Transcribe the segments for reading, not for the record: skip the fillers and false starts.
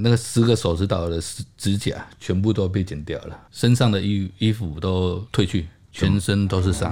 那个10个手指头的指甲全部都被剪掉了，身上的衣服都褪去，全身都是伤。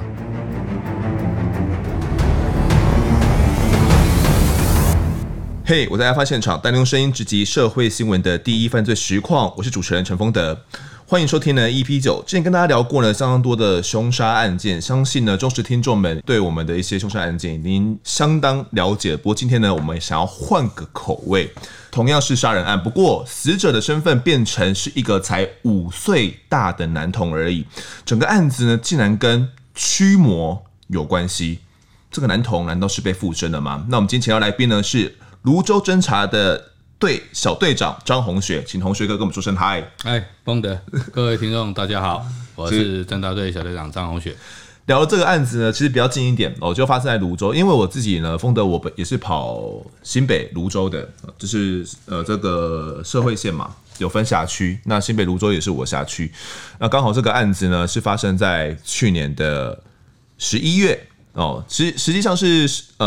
嘿、我在案发现场，带您用声音直击社会新闻的第一犯罪实况。我是主持人陈丰德，欢迎收听呢 EP9。之前跟大家聊过呢相当多的凶杀案件，相信呢忠实听众们对我们的一些凶杀案件已经相当了解。不过今天呢，我们想要换个口味，同样是杀人案，不过死者的身份变成是一个才5岁大的男童而已。整个案子呢，竟然跟驱魔有关系。这个男童难道是被附身了吗？那我们今天请到来宾呢是泸州侦查的小队长张宏学，请宏学哥跟我们说声嗨。 丰德，各位听众大家好，我是侦查队小队长张宏学。 聊了这个案子呢，其实比较近一点就发生在泸州，因为我自己呢，丰德我也是跑新北泸州的，就是这个社会线嘛，有分辖区，那新北泸州也是我辖区，那刚好这个案子呢是发生在去年的11月。实际上是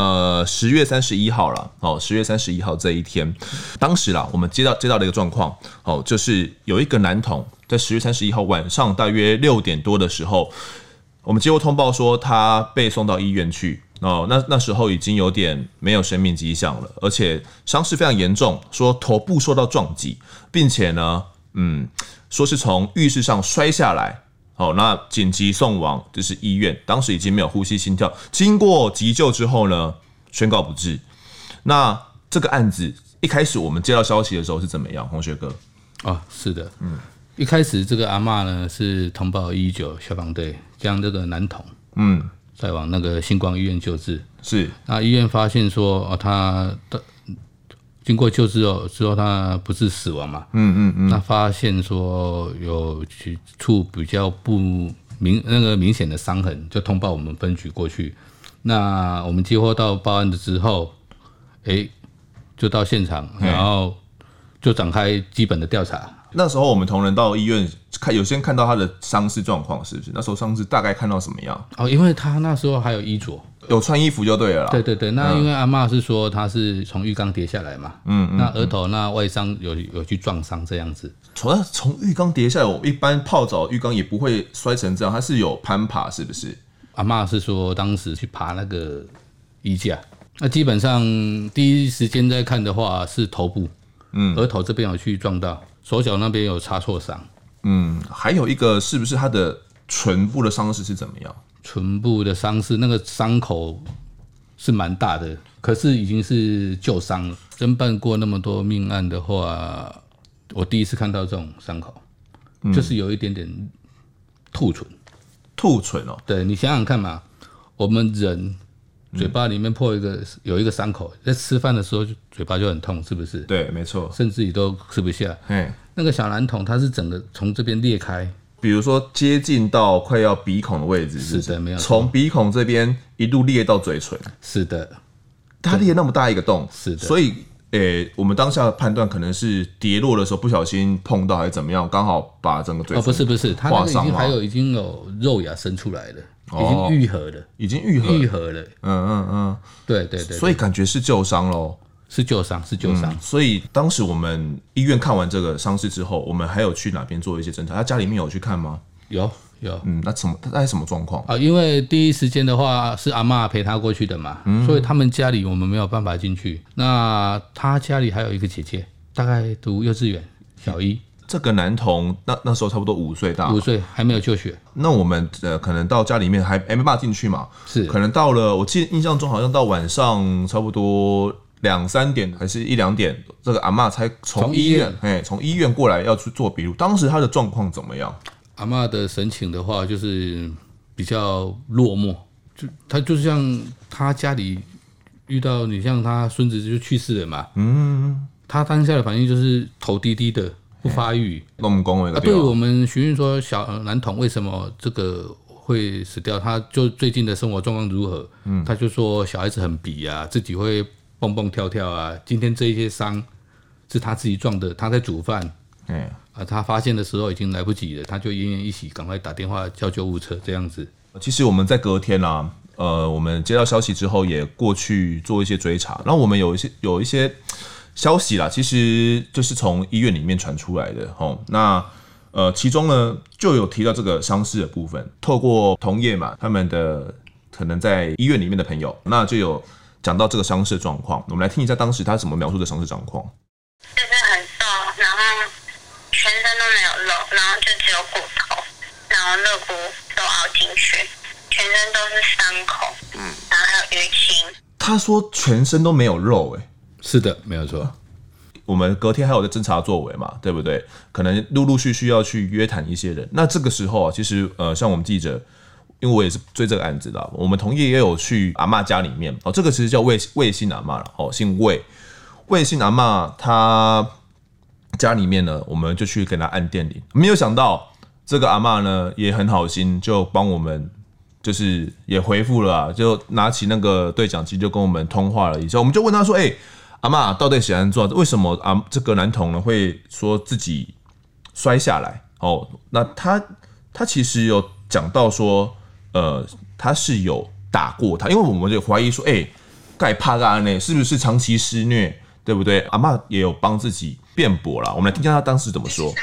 10月31号了10月31号这一天，当时啦，我们接到的一个状况就是有一个男童在10月31号晚上大约6点多的时候，我们接获通报说他被送到医院去那时候已经有点没有生命迹象了，而且伤势非常严重，说头部受到撞击，并且呢说是从浴室上摔下来。那紧急送往就是医院，当时已经没有呼吸心跳，经过急救之后呢，宣告不治。那这个案子一开始我们接到消息的时候是怎么样，宏学哥？ 是的，一开始这个阿嬷呢是通报119消防队，将这个男童再往那个星光医院救治。 是，那医院发现说他经过救治之后，他不是死亡嘛？那发现说有几处比较明显的伤痕，就通报我们分局过去。那我们接获到报案的之后，就到现场，然后就展开基本的调查。 那时候我们同仁到医院有先看到他的伤势状况，是不是？那时候伤势大概看到什么样？ 因为他那时候还有衣着。有穿衣服就对了啦。 对，那因为阿嬷是说他是从浴缸跌下来嘛，那额头那外伤有去撞伤这样子。 从浴缸跌下来，我一般泡澡浴缸也不会摔成这样，他是有攀爬是不是？ 阿嬷是说当时去爬那个衣架，那基本上第一时间在看的话是头部，额头这边有去撞到，手脚那边有擦挫伤。 还有一个是不是他的唇部的伤势是怎么样？ 唇部的伤势，那个伤口是蛮大的，可是已经是旧伤了。侦办过那么多命案的话，我第一次看到这种伤口，就是有一点点兔唇。 兔唇对，你想想看嘛，我们人嘴巴里面有一个伤口，在吃饭的时候嘴巴就很痛，是不是？ 对，没错， 甚至于都吃不下。那个小男童他是整个从这边裂开。 比如说接近到快要鼻孔的位置，是的，没有错， 从鼻孔这边一路裂到嘴唇， 是的， 它裂那么大一个洞， 是的， 所以我们当下判断可能是跌落的时候不小心碰到还是怎么样，刚好把整个嘴唇不是，它那个已经有肉芽生出来了，已经愈合了，愈合了，对， 所以感觉是旧伤咯。 是旧伤。 所以当时我们医院看完这个伤势之后，我们还有去哪边做一些侦查？他家里面有去看吗？ 有。 那大概什么状况因为第一时间的话是阿嬷陪他过去的嘛，所以他们家里我们没有办法进去。那他家里还有一个姐姐，大概读幼稚园小一。 这个男童那时候差不多5岁大 ，5岁还没有就学。 那我们可能到家里面还没办法进去嘛？ 是， 可能到了，我记得印象中好像到晚上差不多2、3点还是1、2点，这个阿嬷才从医院过来要去做笔录。当时她的状况怎么样？ 阿嬷的神情的话，就是比较落寞，她就像她家里遇到你像她孙子就去世了嘛，她当下的反应就是头低低的，不发育。对我们询问说小男童为什么这个会死掉，他就最近的生活状况如何？他就说小孩子很皮啊，自己会蹦蹦跳跳啊。今天这一些伤是他自己撞的，他在煮饭。他发现的时候已经来不及了，他就奄奄一息，赶快打电话叫救护车这样子。 其实我们在隔天啊，我们接到消息之后也过去做一些追查，然后我们有一些消息啦，其实就是从医院里面传出来的哦。那其中呢就有提到这个伤势的部分，透过同业嘛，他们的可能在医院里面的朋友，那就有讲到这个伤势的状况。我们来听一下当时他怎么描述的伤势状况。 就是很瘦，然后全身都没有肉，然后就只有骨头，然后肋骨都凹进去，全身都是伤口，然后还有淤青。 他说全身都没有肉， 是的，没有错。 我们隔天还有在侦查作为嘛，对不对？可能陆陆续续要去约谈一些人。那这个时候啊，其实像我们记者，因为我也是追这个案子的，我们同业也有去阿嬷家里面哦，这个其实叫魏姓阿嬷了哦，姓魏姓阿嬷她家里面呢，我们就去给她按电铃，没有想到这个阿嬷呢也很好心，就帮我们就是也回复了啊，就拿起那个对讲机就跟我们通话了一下，我们就问她说，阿嬷到底是怎样？为什么这个男童呢会说自己摔下来？哦，那他其实有讲到说，他是有打过他，因为我们就怀疑说，盖帕嘎呢是不是长期施虐，对不对？阿嬷也有帮自己辩驳啦，我们来听听他当时怎么说。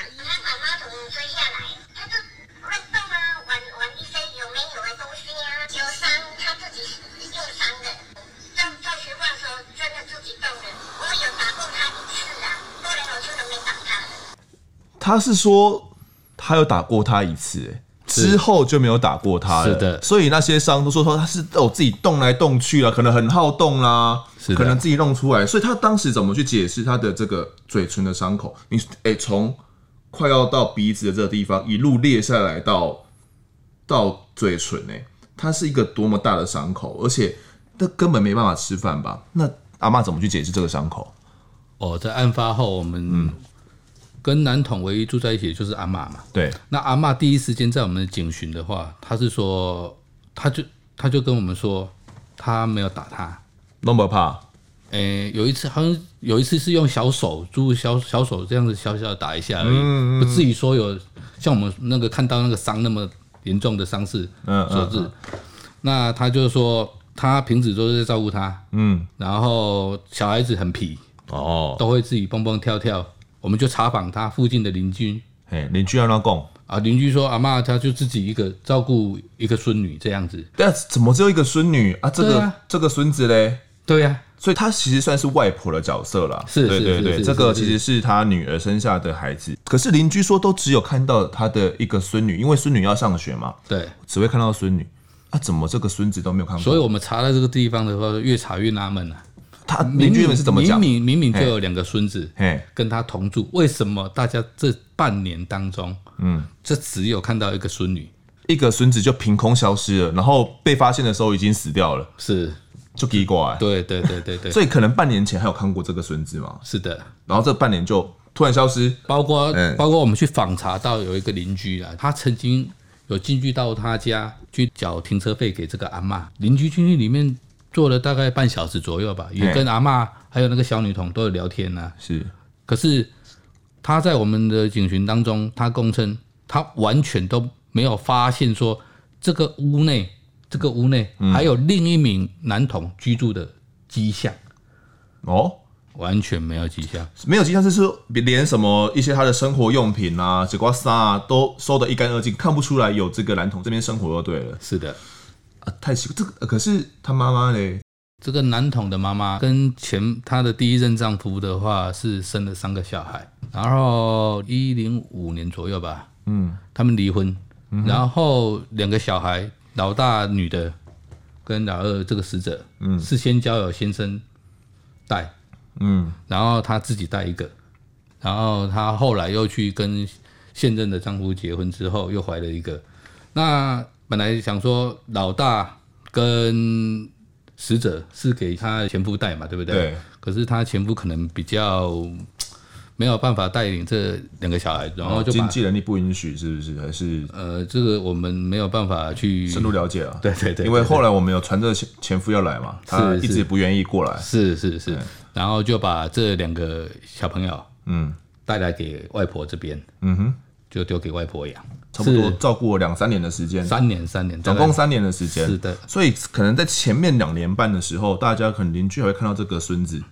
他是说他有打过他一次，之后就没有打过他了。 是的， 所以那些伤都说他是自己动来动去啦，可能很好动啦，可能自己弄出来。所以他当时怎么去解释他的这个嘴唇的伤口？你从快要到鼻子的这个地方一路裂下来到嘴唇，它是一个多么大的伤口，而且他根本没办法吃饭吧？那阿嬷怎么去解释这个伤口？ 在案发后，我们跟男童唯一住在一起的就是阿嬷嘛。对，那阿嬷第一时间在我们的警询的话，他是说，他就跟我们说，他没有打他， 都不怕。 有一次好像有一次是用小手这样子小小的打一下而已，不至于说有像我们那个看到那个伤那么严重的伤势所致。那他就说，他平时都是在照顾他，然后小孩子很皮，都会自己蹦蹦跳跳。我们就查访他附近的邻居， 邻居要他讲啊，邻居说阿嬷她就自己一个照顾一个孙女这样子。 对啊，怎么只有一个孙女啊？这个孙子嘞？ 对啊， 所以他其实算是外婆的角色啦。对，这个其实是他女儿生下的孩子。可是邻居说都只有看到他的一个孙女，因为孙女要上学嘛，对，只会看到孙女啊，怎么这个孙子都没有看过？ 所以我们查到这个地方的话，越查越纳闷了。 他邻居们是怎么讲？ 明明就有2个孙子跟他同住，为什么大家这半年当中，这只有看到一个孙女， 一个孙子就凭空消失了，然后被发现的时候已经死掉了， 是就奇怪。 对， 所以可能半年前还有看过这个孙子嘛？ 是的， 然后这半年就突然消失。 包括我们去访查到有一个邻居啊，他曾经有进去到他家去缴停车费给这个阿嬷，邻居进去里面坐了大概半小时左右吧，也跟阿嬷还有那个小女童都有聊天啊。是，可是他在我们的警询当中，他供称他完全都没有发现说这个屋内还有另一名男童居住的迹象。完全没有迹象， 没有迹象，是说连什么一些他的生活用品啊、几挂纱啊都收得一干二净，看不出来有这个男童这边生活就对了。 是的。 太奇怪，这个可是他妈妈嘞？ 这个男童的妈妈跟他的第一任丈夫的话是生了3个小孩，然后105年左右吧，他们离婚，然后2个小孩，老大女的跟老二这个死者，是先交由先生带，然后他自己带1个，然后他后来又去跟现任的丈夫结婚之后又怀了1个，那。本来想说老大跟死者是给他前夫带嘛，对不对？对。可是他前夫可能比较没有办法带领这2个小孩，然后就经济能力不允许，是不是？还是这个我们没有办法去深入了解啊。 对， 因为后来我们有传着前夫要来嘛，他一直不愿意过来。 是，然后就把这2个小朋友带来给外婆这边，就丢给外婆养。 差不多照顾了2-3年的时间，3 年， 总共3年的时间。 是的， 所以可能在前面2年半的时候，大家可能邻居还会看到这个孙子，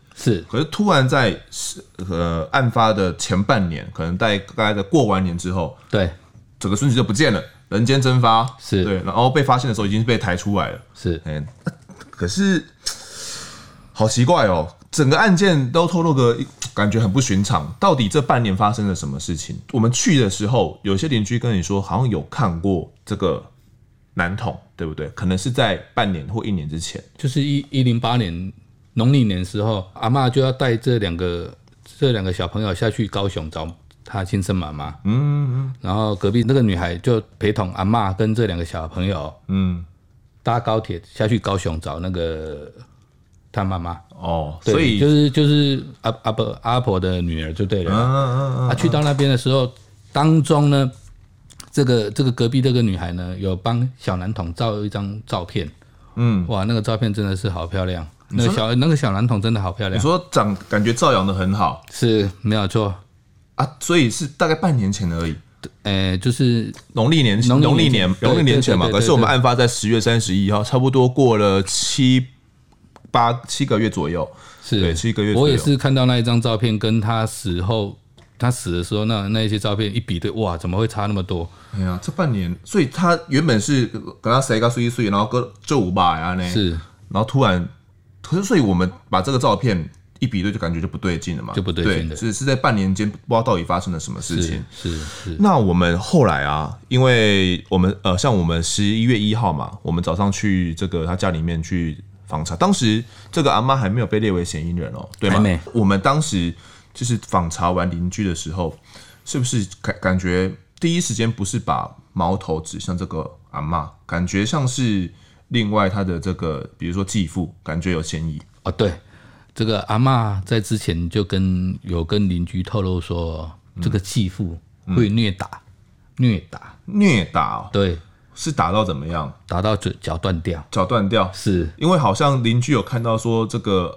是， 可是突然在案发的前半年，可能大概在过完年之后， 对， 整个孙子就不见了，人间蒸发， 是对，然后被发现的时候已经被抬出来了， 是， 可是好奇怪哦，整个案件都透露个感觉很不寻常，到底这半年发生了什么事情？我们去的时候，有些邻居跟你说，好像有看过这个男童，对不对？可能是在半年或1年之前， 就是108年农历年的时候，阿嬷就要带这两个小朋友下去高雄找他亲生妈妈，然后隔壁那个女孩就陪同阿嬷跟这2个小朋友，搭高铁下去高雄找那个他妈妈。 哦， 对， 所以就是阿婆的女儿就对了。去到那边的时候，当中呢，这个隔壁这个女孩呢，有帮小男童照一张照片。哇，那个照片真的是好漂亮。那个小男童真的好漂亮。 你说感觉照养的很好， 是没有错啊，所以是大概半年前而已。 就是农历年前嘛，可是我们案发在10月31号，差不多过了7个月左右， 是对7个月左右。 我也是看到那一张照片，跟他死的时候那一些照片一比对，哇，怎么会差那么多？ 哎呀，这半年，所以他原本是跟他谁个岁，然后个就5把呀呢， 是， 然后突然，可是所以我们把这个照片一比对，就感觉就不对劲了嘛， 就不对劲的， 是在半年间不知道到底发生了什么事情。 是。 那我们后来啊，因为我们像我们11月1号嘛，我们早上去这个他家里面去访查，当时这个阿嬷还没有被列为嫌疑人哦，对吗？ 还没。 我们当时就是访查完邻居的时候，是不是感觉第一时间不是把矛头指向这个阿嬷，感觉像是另外他的这个，比如说继父，感觉有嫌疑哦，对。这个阿嬷在之前就跟邻居透露说，这个继父会虐打， 哦， 对， 是打到怎么样？ 打到脚断掉，是因为好像邻居有看到说这个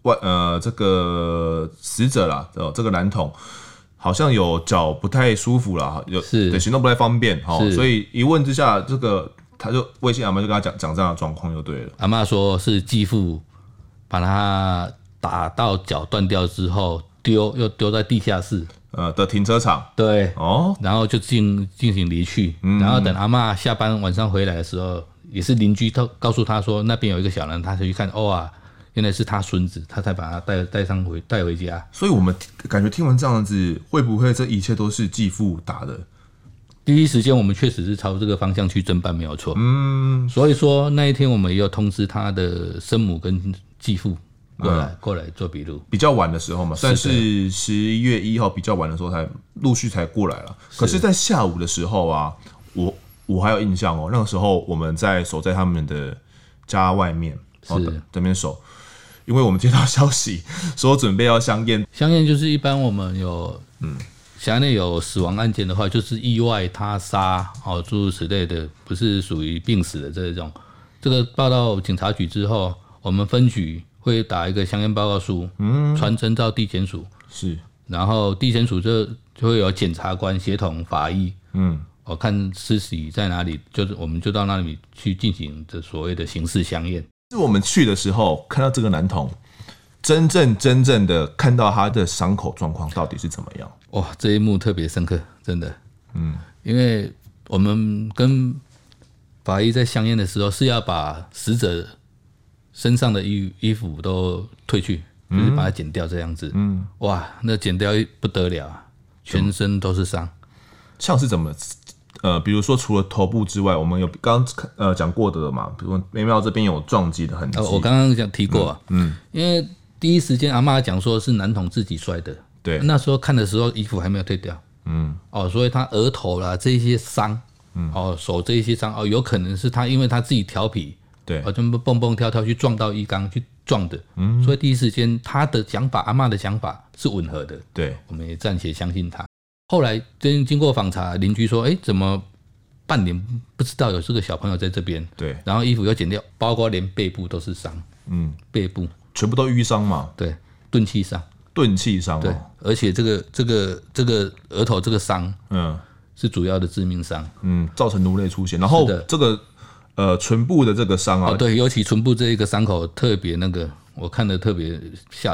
死者啦，这个男童好像有脚不太舒服啦，对，行动不太方便，所以一问之下，这个他就微信阿嬷就跟他讲这样的状况就对了。 阿嬷说是继父把他打到脚断掉之后，又丢在地下室的停车场， 对哦，然后就进行离去，然后等阿嬷下班晚上回来的时候，也是邻居告诉他说那边有一个小人，他才去看，原来是他孙子，他才把他带回家。 所以我们感觉听完这样子，会不会这一切都是继父打的？ 第一时间我们确实是朝这个方向去侦办，没有错。所以说那一天我们也有通知他的生母跟继父过来做笔录。比较晚的时候嘛，算是11月1号比较晚的时候才陆续才过来了。可是，在下午的时候啊，我还有印象哦，那个时候我们守在他们的家外面，这边守。因为我们接到消息说准备要相验， 就是一般我们有辖内有死亡案件的话，就是意外他杀诸如此类的，不是属于病死的这种。这个报到警察局之后，我们分局会打一个相验报告书，传真到地检署， 是， 然后地检署就会有检察官协同法医，我看尸体在哪里，我们就到那里去进行这所谓的刑事相验。 是我们去的时候看到这个男童，真正的看到他的伤口状况到底是怎么样？ 哇，这一幕特别深刻，真的。因为我们跟法医在相验的时候，是要把死者身上的衣服都褪去，就是把它剪掉这样子。哇，那剪掉不得了啊，全身都是伤。 像是怎么？比如说除了头部之外，我们有刚讲过的嘛，比如说眉毛这边有撞击的痕迹。 我刚刚提过啊，因为第一时间阿嬷讲说是男童自己摔的， 对， 那时候看的时候衣服还没有退掉，所以他额头啦这些伤，手这些伤，有可能是他因为他自己调皮， 对， 就蹦蹦跳跳去撞到衣缸去撞的，所以第一时间他的讲法，阿嬷的讲法是吻合的， 对， 我们也暂且相信他。后来经过访查，邻居说，怎么半年不知道有这个小朋友在这边？对，然后衣服又剪掉，包括连背部都是伤，背部全部都淤伤嘛？ 对，钝器伤，对，而且这个额头这个伤，是主要的致命伤， 造成颅内出血，然后这个唇部的这个伤啊， 对，尤其唇部这一个伤口特别我看的特别吓人。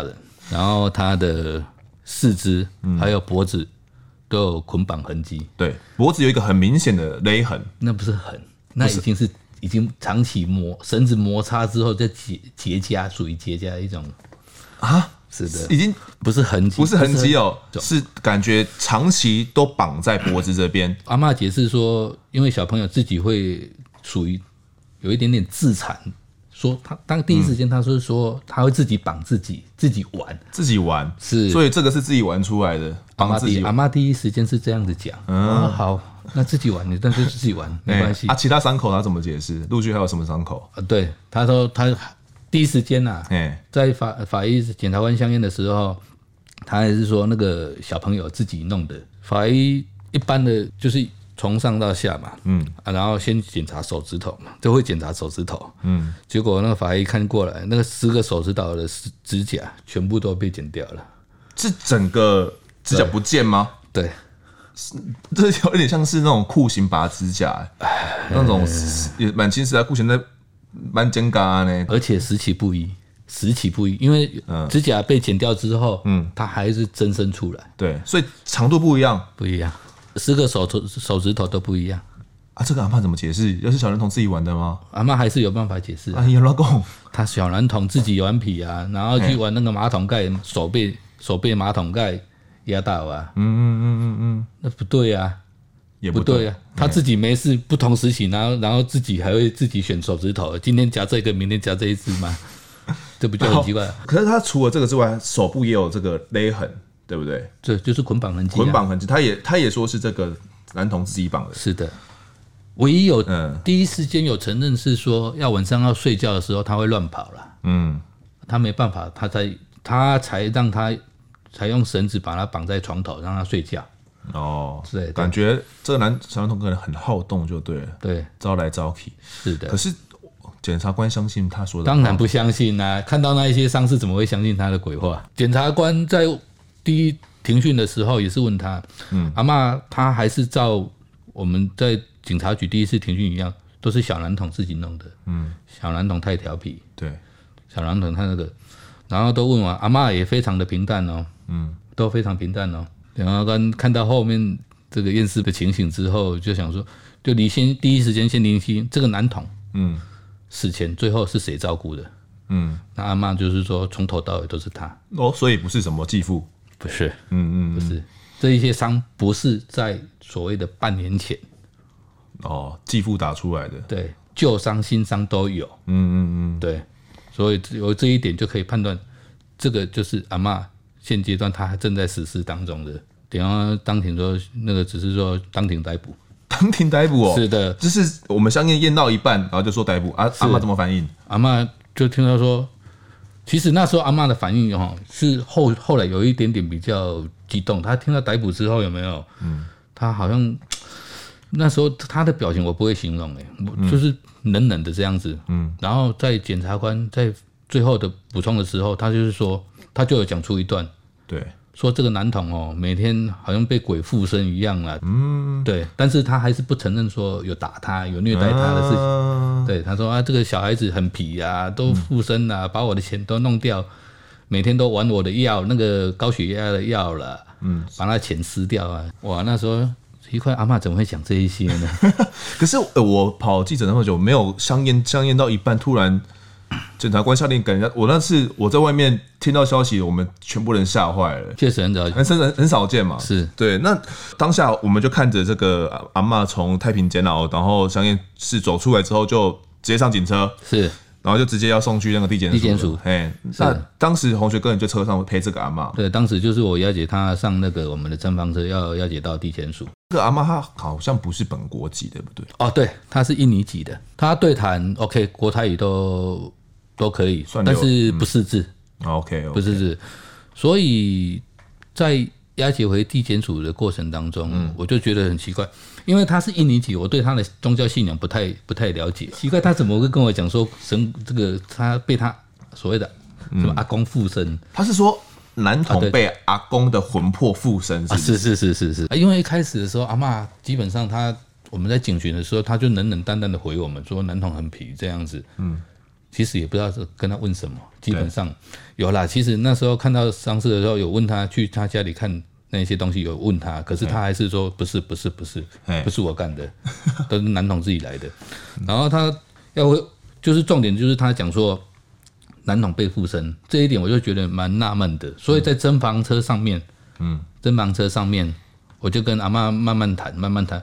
然后他的四肢还有脖子都有捆绑痕迹。 对，脖子有一个很明显的勒痕， 那不是痕，那已经长期绳子摩擦之后再结痂，属于结痂的一种啊。 是的， 已经不是痕迹， 不是痕迹哦，是感觉长期都绑在脖子这边。 阿嬷解释说，因为小朋友自己会属于有一点点自残，说他当第一时间他说他会自己绑自己自己玩是， 所以这个是自己玩出来的，绑自己玩。 阿嬷第一时间是这样子讲，好，那自己玩，你那就自己玩，没关系。 其他伤口他怎么解释？陆续还有什么伤口？ 对，他说他第一时间在法医检察官相验的时候，他还是说那个小朋友自己弄的。法医一般的就是从上到下嘛，然后先检查手指头嘛，就会检查手指头，结果那个法医看过来，那个10个手指头的指甲全部都被剪掉了， 是整个指甲不见吗？ 对， 这有点像是那种酷刑拔指甲，那种满清时代酷刑在蛮简单呢， 而且时期不一，因为指甲被剪掉之后，它还是增生出来， 对，所以长度不一样 ，10个手指头都不一样啊。这个阿嬷怎么解释？要是小男童自己玩的吗？ 阿嬷还是有办法解释。 哎呀，老公， 他小男童自己玩皮啊，然后去玩那个马桶盖，手被马桶盖压到啊，那不对啊。 也不对啊，他自己没事，不同时期，然后自己还会自己选手指头，今天夹这个，明天夹这一只吗？这不就很奇怪？ 可是他除了这个之外，手部也有这个勒痕，对不对？ 这就是捆绑痕迹。 捆绑痕迹，他也说是这个男童自己绑的。 是的，唯一有第一时间有承认是说，晚上要睡觉的时候他会乱跑了。他没办法，他才让他才用绳子把他绑在床头，让他睡觉。对， 感觉这个小男童可能很好动，就对了， 对， 招来招去， 是的。 可是检察官相信他说的？ 当然不相信啊！看到那一些伤势，怎么会相信他的鬼话？检察官在第一庭讯的时候也是问他，阿嬷他还是照我们在警察局第一次庭讯一样，都是小男童自己弄的。小男童太调皮， 对， 小男童他那个，然后都问完，阿嬷也非常的平淡哦，都非常平淡哦。检察官看到后面这个验尸的情形之后，就想说，就第一时间先厘清这个男童，死前最后是谁照顾的？那阿嬷就是说，从头到尾都是他。 所以不是什么继父， 不是，不是，这一些伤不是在所谓的半年前， 继父打出来的， 对，旧伤新伤都有，对，所以有这一点就可以判断，这个就是阿嬷。现阶段他还正在实施当中的，等下当庭说那个只是说当庭逮捕， 当庭逮捕哦， 是的， 就是我们相验到一半，然后就说逮捕，阿嬷怎么反应？ 阿嬷就听到说，其实那时候阿嬷的反应是后来有一点点比较激动，他听到逮捕之后有没有？他好像那时候他的表情我不会形容就是冷冷的这样子，然后在检察官在最后的补充的时候，他就是说。他就有讲出一段， 对， 说这个男童每天好像被鬼附身一样啦，对，但是他还是不承认说有打他、有虐待他的事情，对，他说这个小孩子很皮啊，都附身啊，把我的钱都弄掉，每天都玩我的药，那个高血压的药了，把他钱吃掉啊，哇，那时候奇怪，阿嬷怎么会讲这一些呢？ 可是我跑记者那么久，没有相验到一半，突然。检察官下令赶人家，我那次我在外面听到消息，我们全部人吓坏了， 确实很少见嘛。 是对，那当下我们就看着这个阿嬷从太平监牢，然后相验室走出来之后，就直接上警车， 是， 然后就直接要送去那个地检署。那当时洪学哥人就车上陪这个阿嬷， 对，当时就是我押解他上那个我们的侦防车，要押解到地检署。 这个阿嬷她好像不是本国籍，对不对？ 对，她是印尼籍的，她对谈 OK 国台语都可以，但是不识字。 OK， 不识字，所以在押解回地检署的过程当中，我就觉得很奇怪，因为他是印尼籍，我对他的宗教信仰不太了解，奇怪他怎么会跟我讲说神这个他被他所谓的什么阿公附身？ 他是说男童被阿公的魂魄附身， 是，因为一开始的时候，阿嬷基本上我们在警询的时候，他就冷冷淡淡的回我们说男童很皮这样子， 其实也不知道跟他问什么，基本上有啦。其实那时候看到丧事的时候，有问他去他家里看那些东西，有问他，可是他还是说不是我干的，都是男童自己来的。然后他就是重点就是他讲说男童被附身这一点，我就觉得蛮纳闷的。所以在侦防车上面，我就跟阿嬷慢慢谈。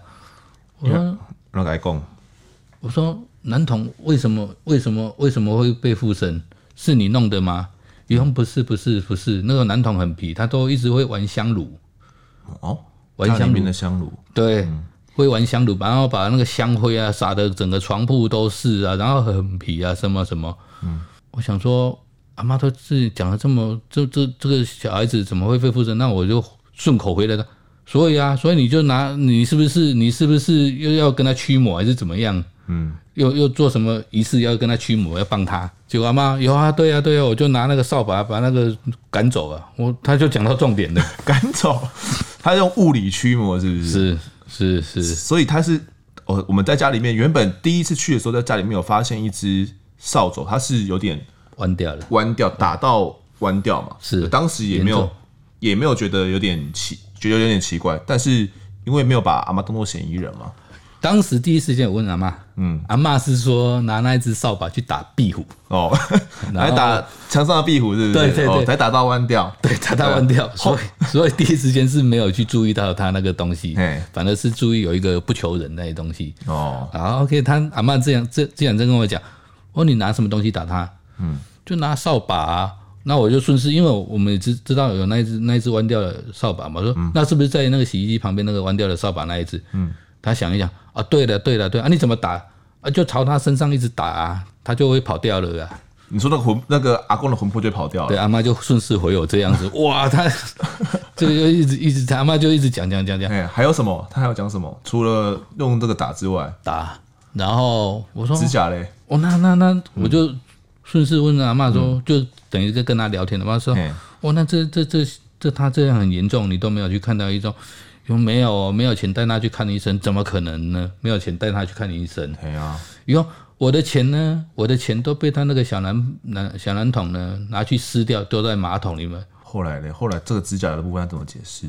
我说男童为什么会被附身？是你弄的吗？以后不是，那个男童很皮，他都一直会玩香炉。玩香炉的香炉， 对，会玩香炉，然后把那个香灰啊撒的整个床铺都是啊，然后很皮啊，什么。我想说，阿嬷都是讲了这么，这个小孩子怎么会被附身？那我就顺口回来了。所以你就你是不是又要跟他驱魔还是怎么样？又做什么仪式要跟他驱魔，要帮他？结果阿嬷有啊，对啊，我就拿那个扫把把那个赶走啊。他就讲到重点了， 赶走，他用物理驱魔是不是？ 是， 所以他是我们在家里面原本第一次去的时候，在家里面有发现一只扫帚，它是有点弯掉了， 打到弯掉嘛。 是， 当时也没有觉得有点奇怪，但是因为没有把阿嬷当作嫌疑人嘛。 当时第一时间我问阿嬷，阿嬷是说拿那一只扫把去打壁虎， 来打墙上的壁虎，是不是？ 对， 才打到弯掉， 对，打到弯掉，所以第一时间是没有去注意到他那个东西，反而是注意有一个不求人那些东西。好 ，OK， 阿嬷这样跟我讲，你拿什么东西打他？就拿扫把啊。那我就顺势，因为我们也知道有那一只弯掉的扫把嘛，我说那是不是在那个洗衣机旁边那个弯掉的扫把那一只？他想一想啊，对了啊，你怎么打啊？就朝他身上一直打啊，他就会跑掉了啊。 你说那个阿公的魂魄就跑掉了？ 对，阿嬷就顺势回我这样子，哇，他这个就一直，阿嬷就一直讲。 还有什么？他还要讲什么？除了用这个打之外， 然后我说指甲嘞？ 那我就顺势问阿嬷说，就等于跟他聊天的嘛，说，那这他这样很严重，你都没有去看到医生？没有钱带他去看医生，怎么可能呢？没有钱带他去看医生。我的钱呢？我的钱都被他那个小男童呢拿去撕掉，丢在马桶里面。 后来这个指甲的部分他怎么解释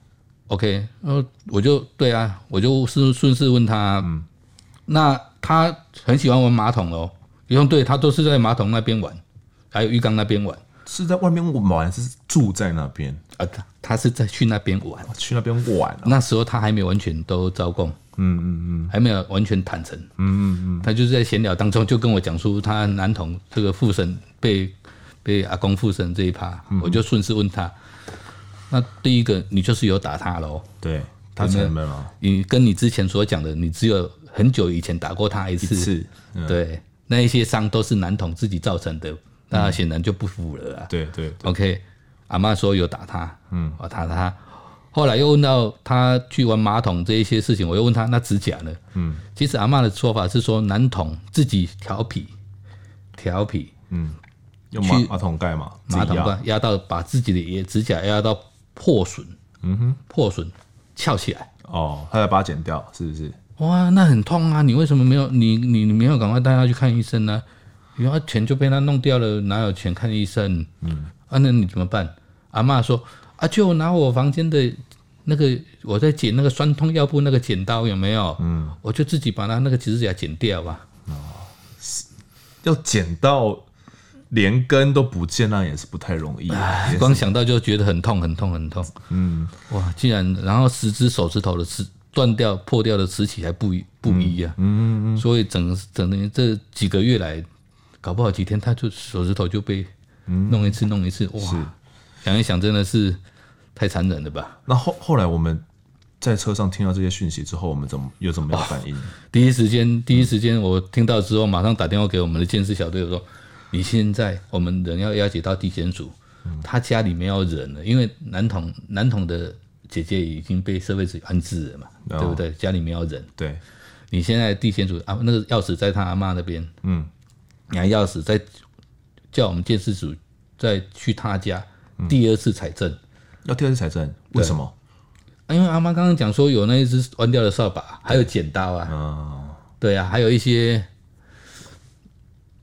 ？OK， 我就顺势问他，那他很喜欢玩马桶哦。对，他都是在马桶那边玩，还有浴缸那边玩。 是在外面玩，是住在那边啊？他是在去那边玩，那时候他还没有完全都招供，还没有完全坦诚，他就是在闲聊当中就跟我讲出他男童这个附身被阿公附身这一趴，我就顺势问他，那第一个你就是有打他咯？ 对，他承认了。 你跟你之前所讲的，你只有很久以前打过他一次，对，那一些伤都是男童自己造成的。那显然就不服了啊！ 对 ，OK， 阿嬷说有打他，我打他。后来又问到他去玩马桶这一些事情，我又问他那指甲呢？其实阿嬷的说法是说男童自己调皮， 用马桶盖嘛， 马桶盖压到把自己的指甲压到破损，翘起来。 他再把它剪掉，是不是？ 哇，那很痛啊！你为什么没有你没有赶快带他去看医生呢？因为钱就被他弄掉了，哪有钱看医生？那你怎么办？阿嬷说就拿我房间的那个我在剪那个酸痛药布那个剪刀有没有？我就自己把他那个指甲剪掉吧。 要剪到连根都不见，那也是不太容易。 光想到就觉得很痛。哇，竟然然后10只手指头的断掉破掉的齿起还不一啊。所以整年这几个月来。搞不好几天他就手指头就被弄一次，哇！想一想真的是太残忍了吧？ 那后来我们在车上听到这些讯息之后，我们怎么有反应？ 第一时间我听到之后，马上打电话给我们的监视小队，我说：“你现在我们人要押解到地检署，他家里没有人了，因为男童的姐姐已经被社会局安置了嘛，对不对？家里没有人。 对， 你现在地检署那个钥匙在他阿嬷那边，你还钥匙再叫我们监视组再去他家第二次采证， 要第二次采证，为什么？ 因为阿妈刚刚讲说有那一只弯掉的扫把，还有剪刀啊，对啊，还有一些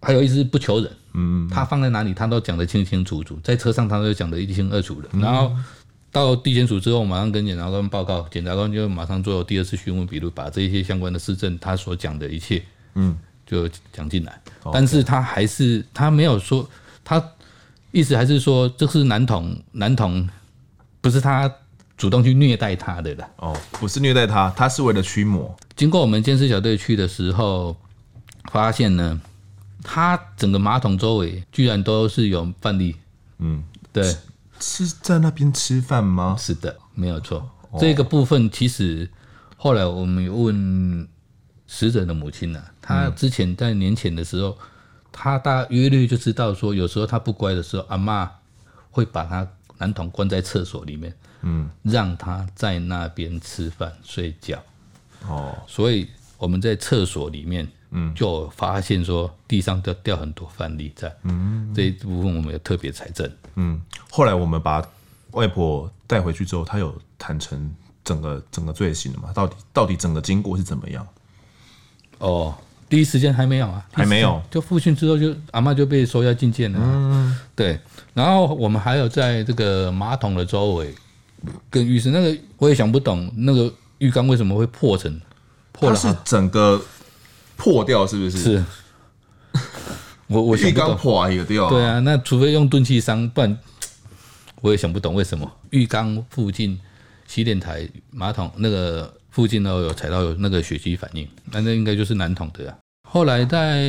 还有一只不求人，他放在哪里他都讲得清清楚楚，在车上他都讲得一清二楚的。然后到地检署之后，马上跟检察官报告，检察官就马上做第二次询问笔录，把这一些相关的事证他所讲的一切，就讲进来。但是他没有说，他意思还是说这是男童不是他主动去虐待他的啦。 不是虐待他，他是为了驱魔。经过我们监视小队去的时候，发现呢，他整个马桶周围居然都是有饭粒。对， 是在那边吃饭吗？ 是的，没有错。这个部分其实后来我们有问死者的母亲她之前在年前的时候，她大约略就知道说，有时候她不乖的时候，阿嬷会把她男童关在厕所里面，让他在那边吃饭睡觉。所以我们在厕所里面就发现说地上掉很多饭粒在，这一部分我们有特别采证。 后来我们把外婆带回去之后，她有坦诚整个罪行了吗？到底整个经过是怎么样？ 第一时间还没有啊， 还没有， 就复讯之后就阿嬷就被收押禁见了。对，然后我们还有在这个马桶的周围跟浴室那个，我也想不懂那个浴缸为什么会破了， 它是整个破掉是不是？ 是，我想不懂，浴缸破一个掉。 对啊，那除非用钝器伤，不然我也想不懂为什么浴缸附近洗脸台马桶那个附近有踩到有那个血迹反应，那应该就是男童的。后来在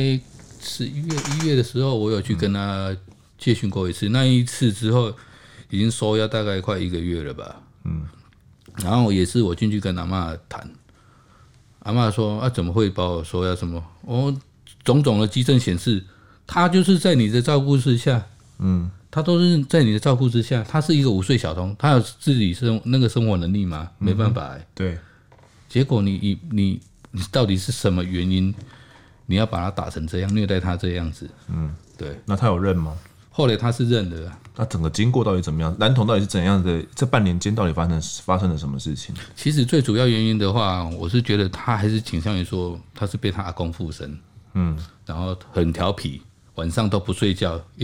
1月的时候，我有去跟他接讯过一次，那一次之后已经收押大概快1个月了吧。然后也是我进去跟阿嬷谈，阿嬷说怎么会把我收押什么？种种的基证显示，他就是在你的照顾之下，他都是在你的照顾之下，他是一个5岁小童，他有自己那个生活能力吗？没办法对。 结果你到底是什么原因，你要把他打成这样，虐待他这样子？对。那他有认吗？ 后来他是认的。 那整个经过到底怎么样？男童到底是怎样的？这半年间到底发生了什么事情？ 其实最主要原因的话，我是觉得他还是倾向于说他是被他阿公附身，然后很调皮，晚上都不睡觉，一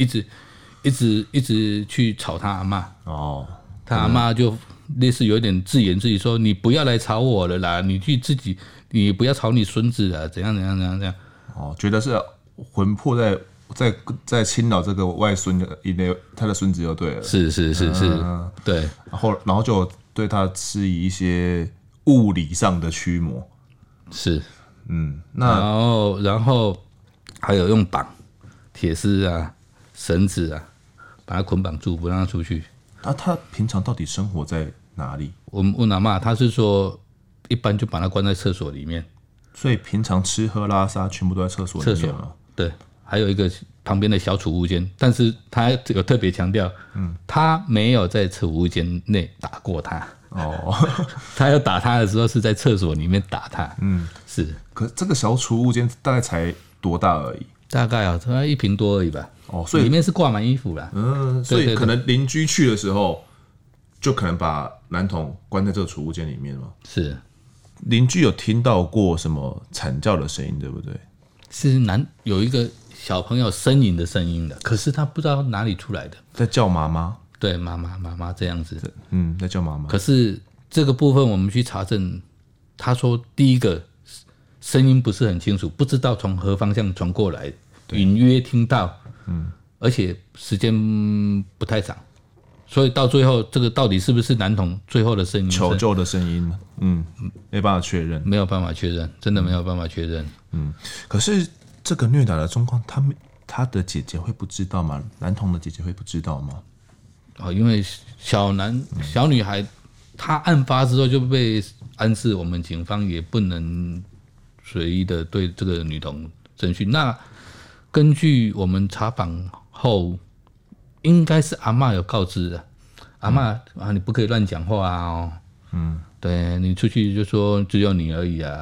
直去吵他阿嬷。他阿嬷就类似有一点自言自语说：“你不要来吵我了啦，你不要吵你孙子了，怎样。” 觉得是魂魄在侵扰这个外孙的他的孙子就对了。是， 对。 然后就对他施以一些物理上的驱魔。 是，然后还有用绑铁丝啊、绳子啊，把他捆绑住，不让他出去。 他平常到底生活在哪里？ 我们问阿嬷，他是说一般就把他关在厕所里面， 所以平常吃喝拉撒全部都在厕所里面吗？ 对，还有一个旁边的小储物间，但是他有特别强调，他没有在储物间内打过他。他要打他的时候是在厕所里面打他。是。 可这个小储物间大概才多大而已？ 大概大概1坪多而已吧。 所以里面是挂满衣服啦。 所以可能邻居去的时候，就可能把男童关在这个储物间里面吗？ 是。 邻居有听到过什么惨叫的声音，对不对？ 是有一个小朋友呻吟的声音的，可是他不知道哪里出来的， 在叫妈妈。 对，妈妈这样子。 在叫妈妈。 可是这个部分我们去查证，他说第一个声音不是很清楚，不知道从何方向传过来，隐约听到，而且时间不太长，所以到最后这个到底是不是男童最后的声音？ 求救的声音，没办法确认， 没有办法确认，真的没有办法确认。 可是这个虐打的状况，他的姐姐会不知道吗？男童的姐姐会不知道吗？ 因为小女孩，她案发之后就被安置，我们警方也不能随意的对这个女童侦讯。那根据我们查访后，应该是阿嬷有告知的，阿嬷你不可以乱讲话对你出去就说只有你而已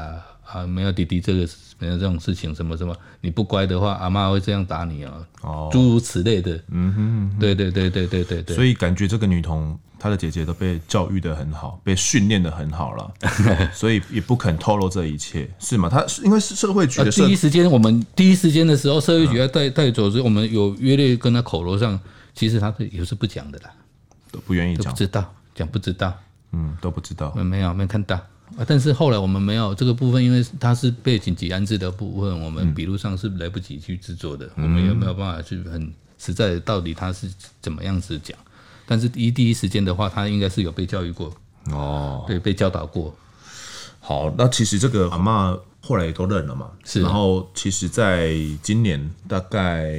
啊，没有弟弟没有这种事情，什么什么，你不乖的话，阿嬷会这样打你哦，诸如此类的。对。 所以感觉这个女童她的姐姐都被教育的很好，被训练的很好了，所以也不肯透露这一切，是吗？她因为社会局的第一时间的时候，社会局要带走时，我们有约略跟她口头上，其实她也是不讲的啦， 都不愿意讲， 都不知道讲不知道， 都不知道， 没有看到。但是后来我们没有这个部分，因为它是被紧急安置的部分，我们笔录上是来不及去制作的，我们也没有办法去很实在的到底他是怎么样子讲。但是第一时间的话，他应该是有被教育过对，被教导过。 好，那其实这个阿嬷后来也都认了嘛， 是。 然后其实在今年大概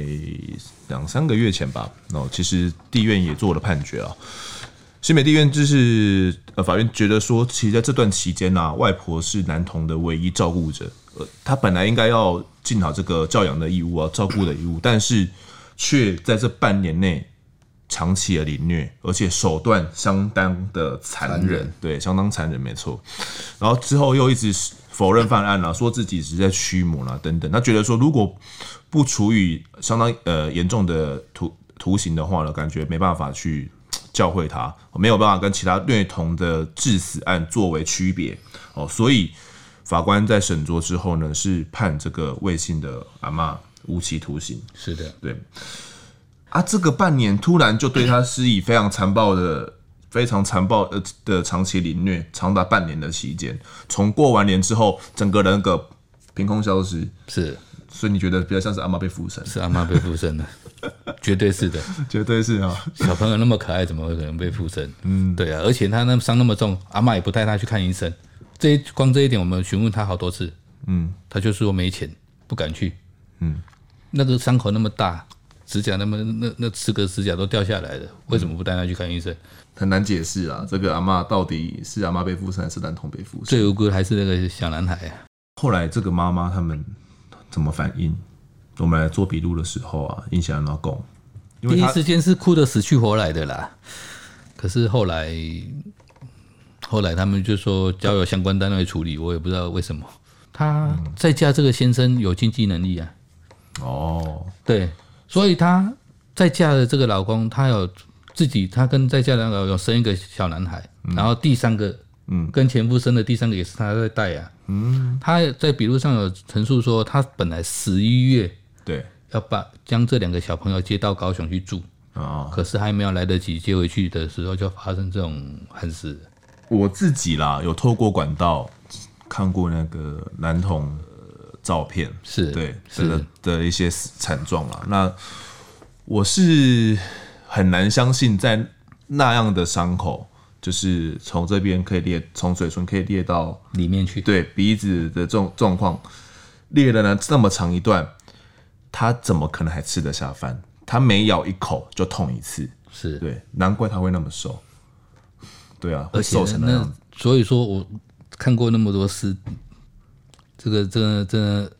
2-3个月前吧，其实地院也做了判决啊。新北地院就是法院觉得说，其实在这段期间啊，外婆是男童的唯一照顾者，他本来应该要尽好这个教养的义务啊，照顾的义务，但是却在这半年内长期的凌虐，而且手段相当的残忍，对，相当残忍，没错。然后之后又一直否认犯案啦，说自己只是在驱魔啦等等。他觉得说，如果不处以相当严重的徒刑的话呢，感觉没办法去教诲他，没有办法跟其他虐童的致死案作为区别所以法官在审酌之后呢，是判这个魏姓的阿嬷无期徒刑。 是的， 对。这个半年突然就对他施以非常残暴的长期凌虐，长达半年的期间，从过完年之后，整个人格凭空消失。 是。 所以你觉得比较像是阿嬷被附身？ 是阿嬷被附身的，绝对是的， 绝对是啊！ 小朋友那么可爱，怎么会可能被附身？对啊，而且他那伤那么重，阿嬷也不带他去看医生。光这一点，我们询问他好多次，他就说没钱，不敢去。那个伤口那么大，指甲那10个指甲都掉下来了，为什么不带他去看医生？ 很难解释啊！这个阿嬷到底是阿嬷被附身，还是男童被附身？ 最无辜的还是那个小男孩啊。 后来这个妈妈他们怎么反应？我们来做笔录的时候啊，印象老公， 第一时间是哭得死去活来的啦。可是后来他们就说交由相关单位处理，我也不知道为什么。他在嫁这个先生有经济能力啊。对，所以他在嫁的这个老公，他跟在嫁的老公有生一个小男孩，然后第3个。跟前夫生的第3个也是他在带啊。他在笔录上有陈述说，他本来11月对要将这2个小朋友接到高雄去住，可是还没有来得及接回去的时候，就发生这种憾事。 我自己啦，有透过管道看过那个男童照片， 是对的一些惨状啦。那我是很难相信，在那样的伤口。就是从这边可以裂，从嘴唇可以裂到里面去， 对鼻子的这种状况，裂了呢这么长一段，他怎么可能还吃得下饭？他每咬一口就痛一次， 是对，难怪他会那么瘦。对啊， 而且瘦成那样子。 所以说我看过那么多尸，这个真的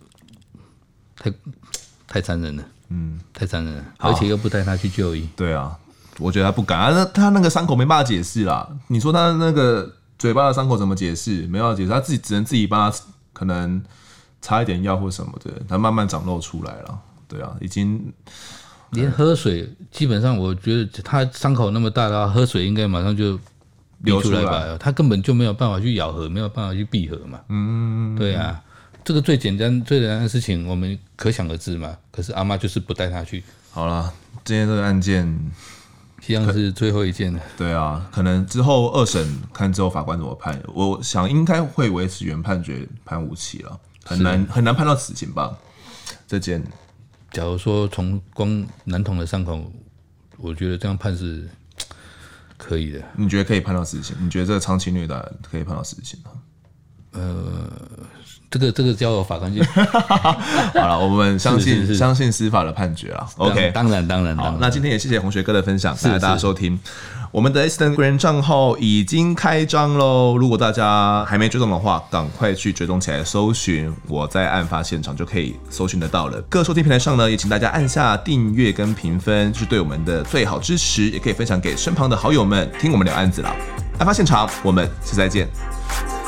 太残忍了，太残忍了，而且又不带他去就医。 对啊。我觉得他不敢啊，他那个伤口没办法解释啦。你说他那个嘴巴的伤口怎么解释？没办法解释，他只能自己帮他可能擦一点药或什么的，他慢慢长肉出来了。对啊，已经连喝水，基本上我觉得他伤口那么大的话，喝水应该马上就流出来吧。他根本就没有办法去咬合，没有办法去闭合嘛。对啊，这个最简单的事情，我们可想而知嘛。可是阿嬷就是不带他去。 好了，今天这个案件。 希望是最后一件了。 对啊，可能之后2审看之后法官怎么判，我想应该会维持原判决，判无期了，很难判到死刑吧？这件， 假如说从光男童的伤口，我觉得这样判是可以的。 你觉得可以判到死刑？你觉得这个长期虐待可以判到死刑吗？ 这个交由法官去。 好了，我们相信司法的判决啦。OK， 当然。 好，那今天也谢谢洪学哥的分享，谢谢大家收听。我们的 Instagram 账号已经开张喽，如果大家还没追踪的话，赶快去追踪起来，搜寻我在案发现场就可以搜寻得到了。各收听平台上呢，也请大家按下订阅跟评分，是对我们的最好支持，也可以分享给身旁的好友们听我们聊案子啦。案发现场，我们下次再见。